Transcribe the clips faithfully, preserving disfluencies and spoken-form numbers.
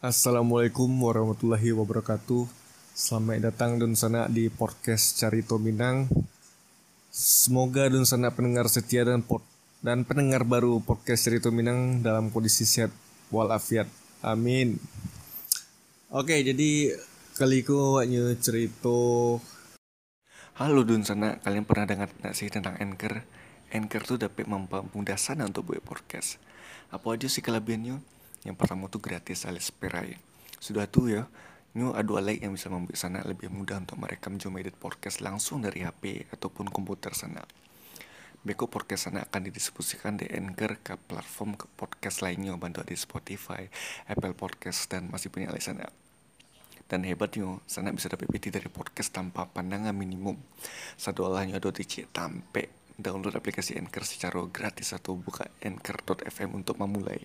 Assalamualaikum warahmatullahi wabarakatuh. Selamat datang dan sana di podcast Carito Minang. Semoga dan sana pendengar setia dan pod dan pendengar baru podcast Carito Minang dalam kondisi sehat walafiat. Amin. Oke, jadi kali ku waknya cerita. Halo Dun sana, kalian pernah dengar nggak sih tentang Anchor? Anchor tuh dapat mempermudah sana untuk buat podcast. Apa aja sih kelebihannya? Yang pertama tuh gratis alias perai. Sudah tuh ya, nyu ada alat yang bisa membuat sana lebih mudah untuk merekam jom edit podcast langsung dari H P ataupun komputer sana. Beko podcast sana akan didistribusikan di Anchor ke platform ke podcast lainnya, bantu di Spotify, Apple Podcast, dan masih punya lain sana. Dan hebatnya, sana bisa dapat P T dari podcast tanpa pandangan minimum. Satu olahnya ada di tampe. Download aplikasi Anchor secara gratis atau buka anchor dot f m untuk memulai.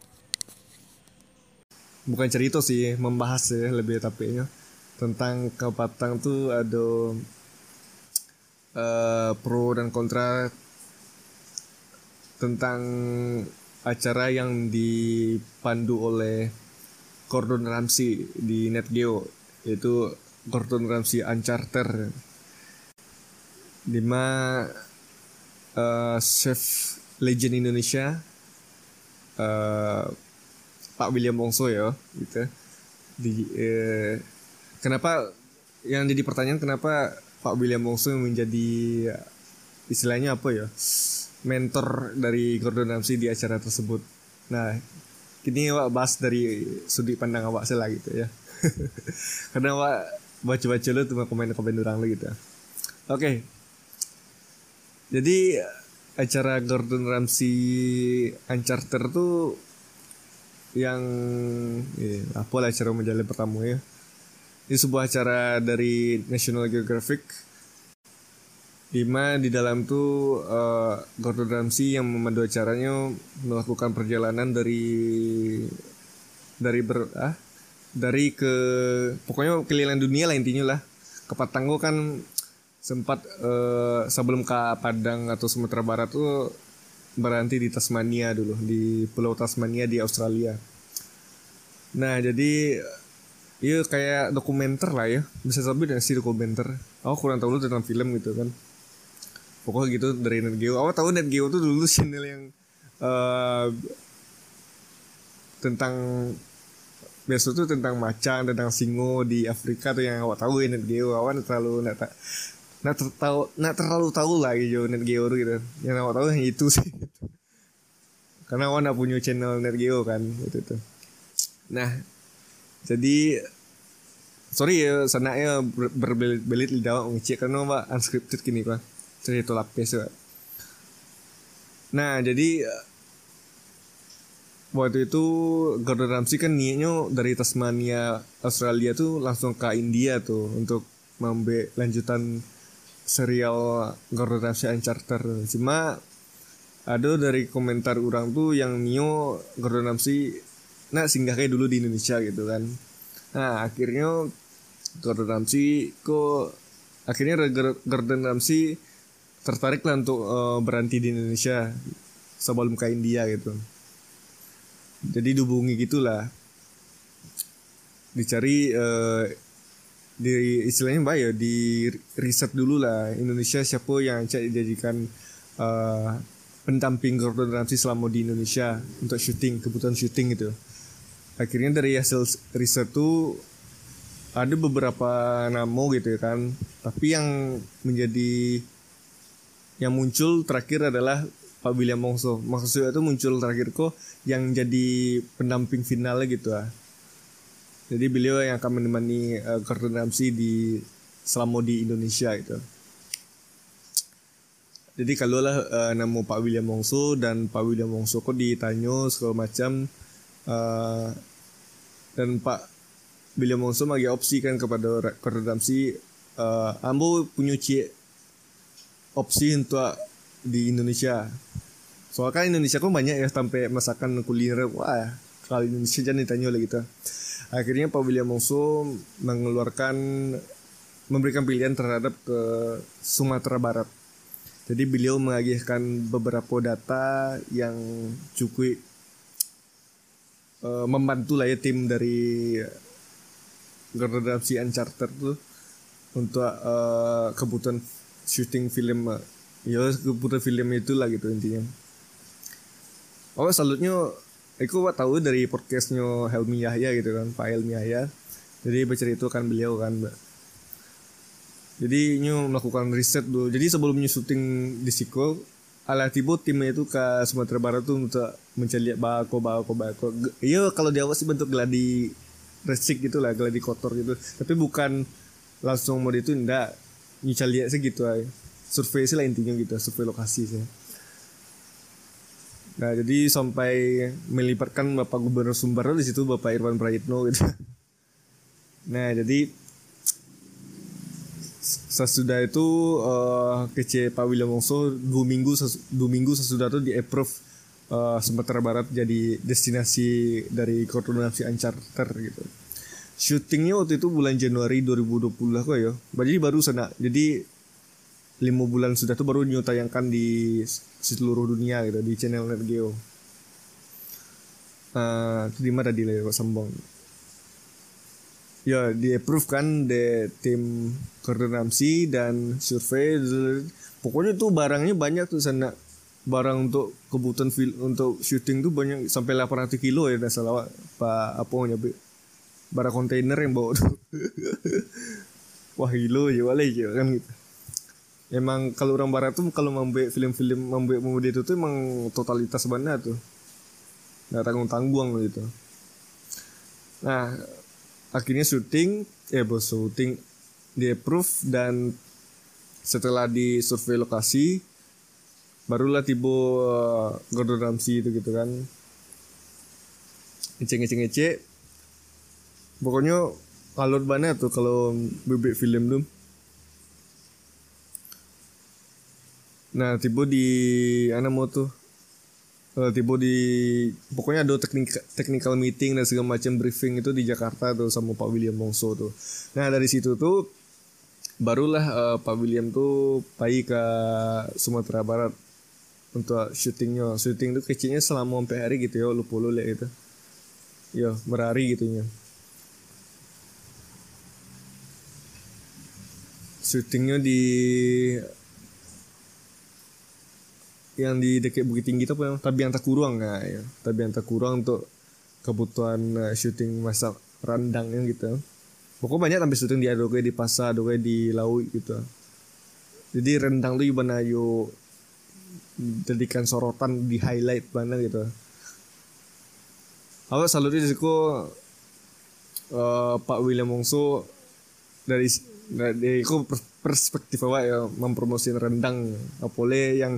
Bukan cerita sih, membahas ya lebih tapenya tentang Kapatang tuh ada uh, pro dan kontra tentang acara yang dipandu oleh Gordon Ramsay di Net Geo, yaitu Gordon Ramsay Uncharted, dimana uh, chef legend Indonesia uh, Pak William Wongso ya gitu. Di eh, kenapa yang jadi pertanyaan kenapa Pak William Wongso menjadi istilahnya apa ya? Mentor dari Gordon Ramsay di acara tersebut. Nah, kini awak bahas dari sudut pandang awak sih lah gitu ya. Karena awak baca-baca lu tuh komen-komen orang lu gitu. Oke. Okay. Jadi acara Gordon Ramsay Uncharted tuh yang ya, apa lah acara menjalin pertama ya. Ini sebuah acara dari National Geographic, dimana di dalam tuh uh, Gordon Ramsay yang memandu acaranya melakukan perjalanan dari dari ber ah dari ke pokoknya keliling dunia lah intinya lah. Kapatanggo kan sempat uh, sebelum ke Padang atau Sumatera Barat tuh berhenti di Tasmania dulu, di Pulau Tasmania di Australia. Nah jadi iya kayak dokumenter lah ya, bisa sebut sih dokumenter. Aku kurang tahu lu tentang film gitu kan. Pokoknya gitu dari Net Geo. Aku tahu Net Geo tuh dulu channel yang uh, tentang biasa tuh tentang macan, tentang singo di Afrika tuh yang awak tahu ya Net Geo. Awak terlalu nak tak nak tertahu nak terlalu tahu lah gitu Net Geo tuh gitu. Yang awak tahu yang itu sih. Karena awak nak punya channel Net Geo kan gitu tuh. Nah, jadi sorry ya sana ya berbelit lidah ngecek karena awak unscripted gini kan. Cerita lapis ya. Nah jadi waktu itu Gordon Ramsay kan niatnya dari Tasmania Australia tuh langsung ke India tuh untuk membuat lanjutan serial Gordon Ramsay Uncharted. Cuma ada dari komentar orang tuh yang nio Gordon Ramsay nah singgah kayak dulu di Indonesia gitu kan. Nah akhirnya Gordon Ramsay kok akhirnya Gordon Ramsay tertarik lah untuk uh, berhenti di Indonesia sebelum ke India gitu. Jadi dihubungi gitulah, dicari uh, di istilahnya mbak ya di riset dulu lah Indonesia siapa yang cak dijadikan uh, pendamping Gordon Ramsay selama di Indonesia untuk syuting, kebutuhan syuting gitu. Akhirnya dari hasil riset tuh ada beberapa nama gitu ya kan, tapi yang menjadi yang muncul terakhir adalah Pak William Wongso. Maksudnya itu muncul terakhir kok yang jadi pendamping finalnya gitu ah. Jadi beliau yang akan menemani uh, Gordon Ramsay di selama di Indonesia itu. Jadi kalau lah uh, nama Pak William Wongso dan Pak William Wongso kok ditanya segala macam uh, dan Pak William Wongso bagi opsi kan kepada Gordon Ramsay, uh, ambo punya cie opsi untuk di Indonesia. Soalnya kan Indonesia kok banyak ya sampai masakan kuliner. Wah, kalau Indonesia jangan ditanya lagi gitu. Akhirnya Pak William Wongso mengeluarkan memberikan pilihan terhadap ke Sumatera Barat. Jadi beliau mengajukan beberapa data yang cukup uh, membantu lah ya tim dari Gordon Ramsay Uncharted tuh untuk uh, kebutuhan syuting film, uh, ya kebutuhan film itulah gitu intinya. Oh salutnya aku tahu dari podcastnya Helmi Yahya gitu kan, Pak Helmi Yahya. Jadi bercerita kan beliau kan, jadi nyu melakukan riset dulu. Jadi sebelumnya syuting di sequel, ala tiba timnya itu ke Sumatera Barat tuh untuk mencari bako bako bako. Iya kalau di awal sih bentuk gladi resik gitu lah, gladi kotor gitu. Tapi bukan langsung mode itu enggak, nyucal lihat sih gitu aja. Survei sih lah intinya gitu, survei lokasi sih. Nah jadi sampai melibatkan Bapak Gubernur Sumbar di situ, Bapak Irwan Prayitno gitu. Nah jadi sesudah itu uh, kece Pak William Wongso dua minggu ses, dua minggu sesudah itu di approve uh, Sumatera Barat jadi destinasi dari Gordon Ramsay Uncharted gitu. Syutingnya waktu itu bulan Januari dua ribu dua puluh lah kok ya. Jadi baru sana. Jadi lima bulan sudah tuh baru nyutayangkan di seluruh dunia gitu di channel Net Geo. Uh, di mana tadi lah kok sambung. Ya di approve kan di tim Gordon Ramsay dan survei. Pokoknya tuh barangnya banyak tuh sana. Barang untuk kebutuhan film untuk syuting tuh banyak sampai delapan ratus kilo ya, tidak salah Pak apa nyampe. Barang kontainer yang bawa tuh. Wah kilo ya wala ya kan gitu. Emang kalau orang barat tuh kalau membuat film-film membuat movie itu tuh emang totalitas banget tuh. Nggak tanggung-tanggung gitu. Nah, akhirnya syuting, eh bos syuting di approve dan setelah di survei lokasi barulah tiba uh, Gordon Ramsay itu gitu kan. Ngecek-ngecek-ngecek. Pokoknya alur banget tuh kalau bebek film tuh. Nah tiba di ana mau tuh uh, tiba di pokoknya ada teknik technical meeting dan segala macam briefing itu di Jakarta tuh sama Pak William Wongso tuh. Nah dari situ tuh barulah uh, Pak William tuh pergi ke Sumatera Barat untuk syutingnya. Syuting tuh kecilnya selama sampai hari gitu ya, lupa lu lihat itu. Ya berhari gitunya. Syutingnya di yang di dekat Bukit Tinggi itu apa yang Tabian Takurang nah, ya. Tabian Takurang untuk kebutuhan uh, syuting masak rendangnya gitu. Pokoknya banyak sampai syuting di adoke di pasar, adoke di laut gitu. Jadi rendang tuh ibarat yo jadikan sorotan di highlight mana gitu. Awak selalu di situ uh, Pak William Wongso dari dari aku perspektif awak ya mempromosikan rendang apole yang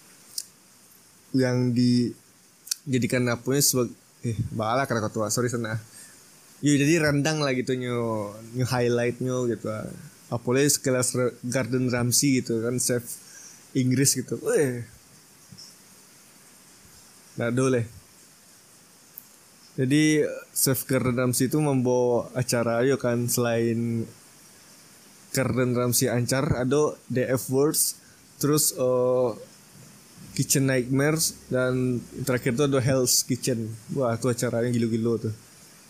yang dijadikan apanya sebagai eh bala kata ketua sorry sana. Yo jadi rendang lah gitu nyo nyo highlightnya gitu. Apole sekelas Gordon Ramsay gitu kan chef Inggris gitu. Weh. Nah boleh. Jadi chef Gordon Ramsay itu membawa acara yo kan selain Gordon Ramsay Ancar ada D F Words terus uh, Kitchen Nightmares dan terakhir itu ada Hell's Kitchen. Wah itu acaranya gilo-gilo tuh.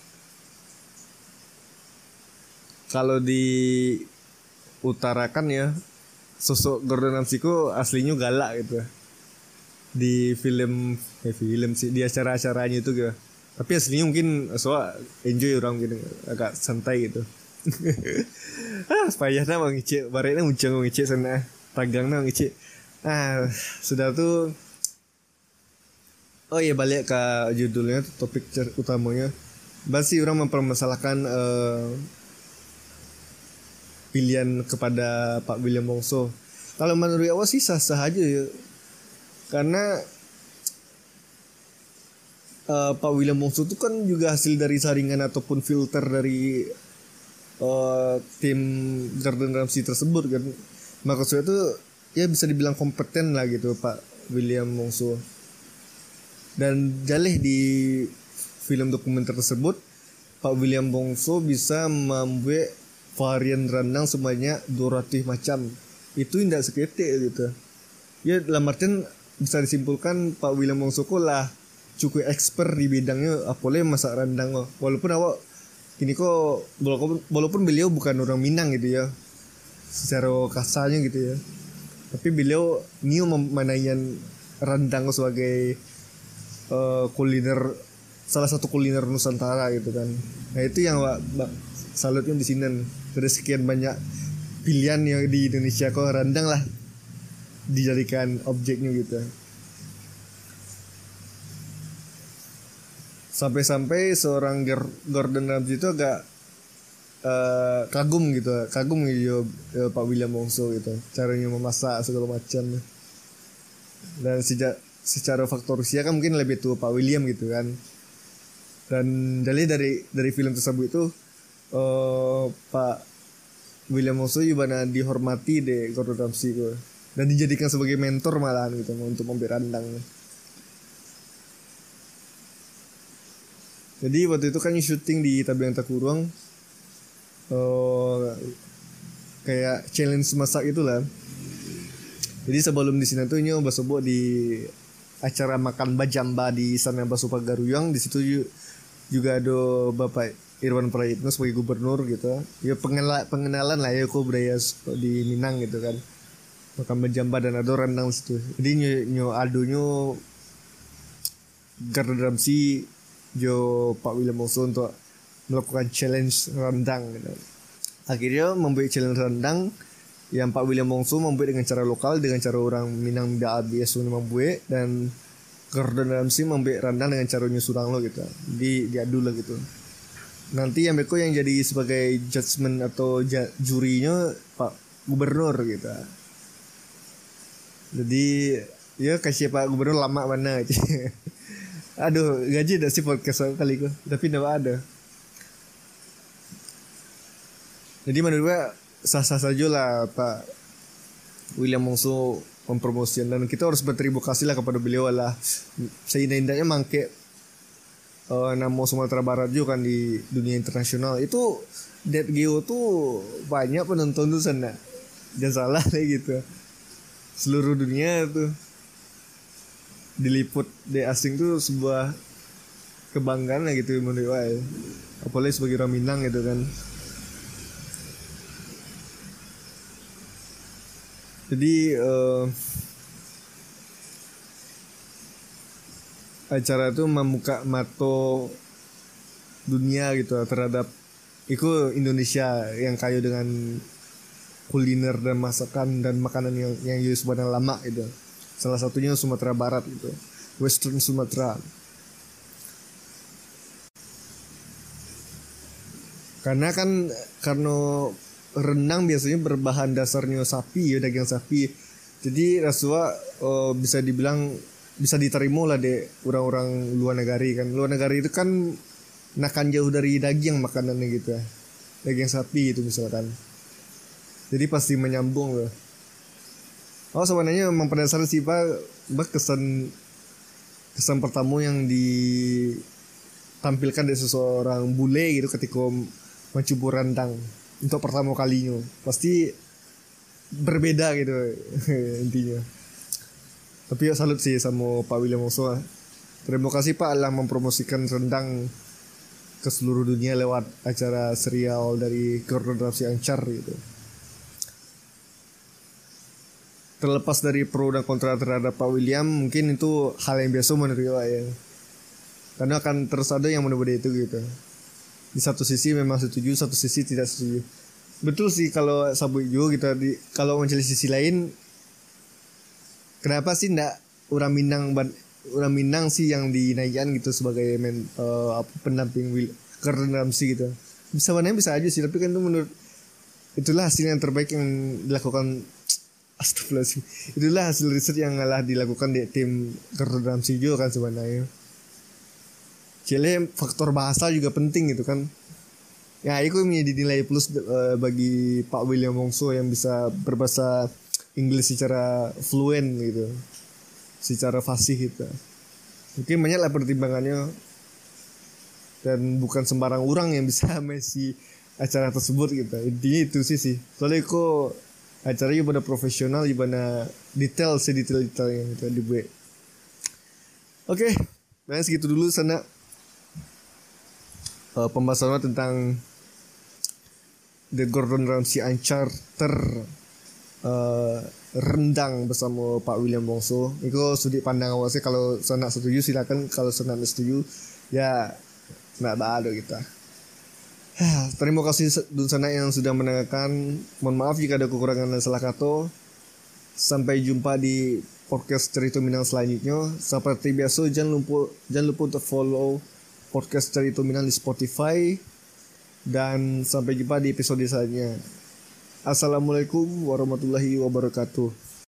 Kalau di utarakan ya sosok Gordon Ramsay ku aslinya galak gitu di film eh film sih di acara-acaranya itu gitu. Tapi aslinya mungkin soal enjoy orang gitu agak santai gitu. Ah, payahnya mau ngecek, bareknya muncul mau ngecek sana, tagangnya mau ngecek. Ah, sudah tuh. Oh iya balik ke judulnya, topik utamanya. Pasti orang mempermasalahkan uh, pilihan kepada Pak William Wongso. Kalau menurut awak sih sah-sah aja ya, karena uh, Pak William Wongso itu kan juga hasil dari saringan ataupun filter dari Uh, tim Gordon Ramsay tersebut kan. Maksudnya tuh ya bisa dibilang kompeten lah gitu Pak William Wongso. Dan jaleh di film dokumenter tersebut Pak William Wongso bisa membuat varian rendang sebanyak dua ratus macam. Itu tidak seketik gitu. Ya dalam artian bisa disimpulkan Pak William Wongso lah cukup expert di bidangnya, apalagi masak rendang kok. Walaupun awak ini kok walaupun, walaupun beliau bukan orang Minang gitu ya, secara kasarnya gitu ya, tapi beliau new memanaikan rendang sebagai uh, kuliner, salah satu kuliner Nusantara gitu kan. Nah itu yang wak, wak salutnya di sini. Dari sekian banyak pilihan yang di Indonesia kok rendang lah dijadikan objeknya gitu. Sampai-sampai seorang Gordon Ramsay itu agak uh, kagum gitu, kagum gitu uh, Pak William Wongso gitu, caranya memasak segala macam. Dan sejak secara faktor usia kan mungkin lebih tua Pak William gitu kan. Dan jadi dari dari film tersebut itu uh, Pak William Wongso juga dihormati deh Gordon Ramsay gitu, dan dijadikan sebagai mentor malahan gitu untuk membuat rendang. Jadi waktu itu kan syuting di Tabiang Takurung, uh, kayak challenge masak itulah. Jadi sebelum di sini tuh nyoba sebut di acara makan bajamba di sana Basu Pagaruyang, di situ juga ada Bapak Irwan Prayitno sebagai gubernur gitu. Ya pengenalan, pengenalan lah ya kok budaya di Minang gitu kan. Makan bajamba dan ada rendang situ. Jadi nyo, nyo adunya Gordon Ramsay Jo Pak William Wongso untuk melakukan challenge rendang gitu. Akhirnya membuat challenge rendang yang Pak William Wongso membuat dengan cara lokal, dengan cara orang Minang tidak biasa membuat, dan Gordon Ramsay membuat rendang dengan cara nyusurang lo gitu. Di diadu lah gitu. Nanti yang beko yang jadi sebagai judgement atau ja, jurinya Pak Gubernur gitu. Jadi ya kasih Pak Gubernur lama mana aja. Aduh, gaji dah sih podcast kali gue, tapi tidak ada. Jadi menurut gue sah-sah saja lah Pak William Wongso mempromosikan, dan kita harus berterima kasih lah kepada beliau lah. Seindah-indahnya mangke uh, nama Sumatera Barat juga kan di dunia internasional. Itu Dead Geo tuh banyak penonton tuh sana. Jangan salah deh gitu. Seluruh dunia tuh diliput di asing tuh sebuah kebanggaan lah gitu menurut gue, apalagi sebagai orang Minang gitu kan. Jadi uh, acara itu membuka mata dunia gitu terhadap itu Indonesia yang kaya dengan kuliner dan masakan dan makanan yang yang sebenarnya lama gitu. Salah satunya Sumatera Barat gitu, Western Sumatera. Karena kan karena rendang biasanya berbahan dasarnya sapi ya, daging sapi. Jadi rasanya uh, bisa dibilang bisa diterima lah deh orang-orang luar negari kan. Luar negari itu kan nakan jauh dari daging makanannya gitu ya. Daging sapi itu misalkan. Jadi pasti menyambung loh. Oh sebenarnya memang pada dasarnya sih Pak, Pak kesan kesan pertama yang ditampilkan dari seseorang bule gitu ketika mencoba rendang untuk pertama kalinya pasti berbeda gitu intinya. Tapi ya salut sih sama Pak William Wongso. Terima kasih Pak Allah mempromosikan rendang ke seluruh dunia lewat acara serial dari Gordon Ramsay Anchar gitu. Terlepas dari pro dan kontra terhadap Pak William, mungkin itu hal yang biasa menurut saya ya. Karena akan terus ada yang mudah-mudah itu gitu. Di satu sisi memang setuju, satu sisi tidak setuju. Betul sih kalau Sabu Ijo gitu. Di, kalau mencari sisi lain, kenapa sih ndak orang Minang orang Minang sih yang dinaikkan gitu sebagai men, uh, apa, pendamping Will Gordon Ramsay gitu. Bisa mana bisa aja sih, tapi kan itu menurut itulah hasil yang terbaik yang dilakukan. Astagfirullahaladzim. Itulah hasil riset yang telah dilakukan di tim Gordon Ramsay juga kan sebenarnya. Jadi faktor bahasa juga penting gitu kan. Ya itu menjadi nilai plus uh, bagi Pak William Wongso yang bisa berbahasa Inggris secara fluent gitu, secara fasih gitu. Mungkin banyak lah pertimbangannya, dan bukan sembarang orang yang bisa mengisi acara tersebut gitu. Intinya itu sih sih. Soalnya kok acaranya pada profesional, pada detail sedetail-detail yang kita dibuat. Oke, Nah segitu dulu sana uh, pembahasannya tentang The Gordon Ramsay Anchar ter uh, rendang bersama Pak William Wongso. Itu sudut pandang awak sih. Kalau sana setuju silakan, kalau sana setuju ya nak bado kita. Terima kasih Dun Sana yang sudah mendengarkan. Mohon maaf jika ada kekurangan dan salah kata. Sampai jumpa di podcast Cerita Minang selanjutnya. Seperti biasa jangan lupa jangan lupa untuk follow podcast Cerita Minang di Spotify. Dan sampai jumpa di episode selanjutnya. Assalamualaikum warahmatullahi wabarakatuh.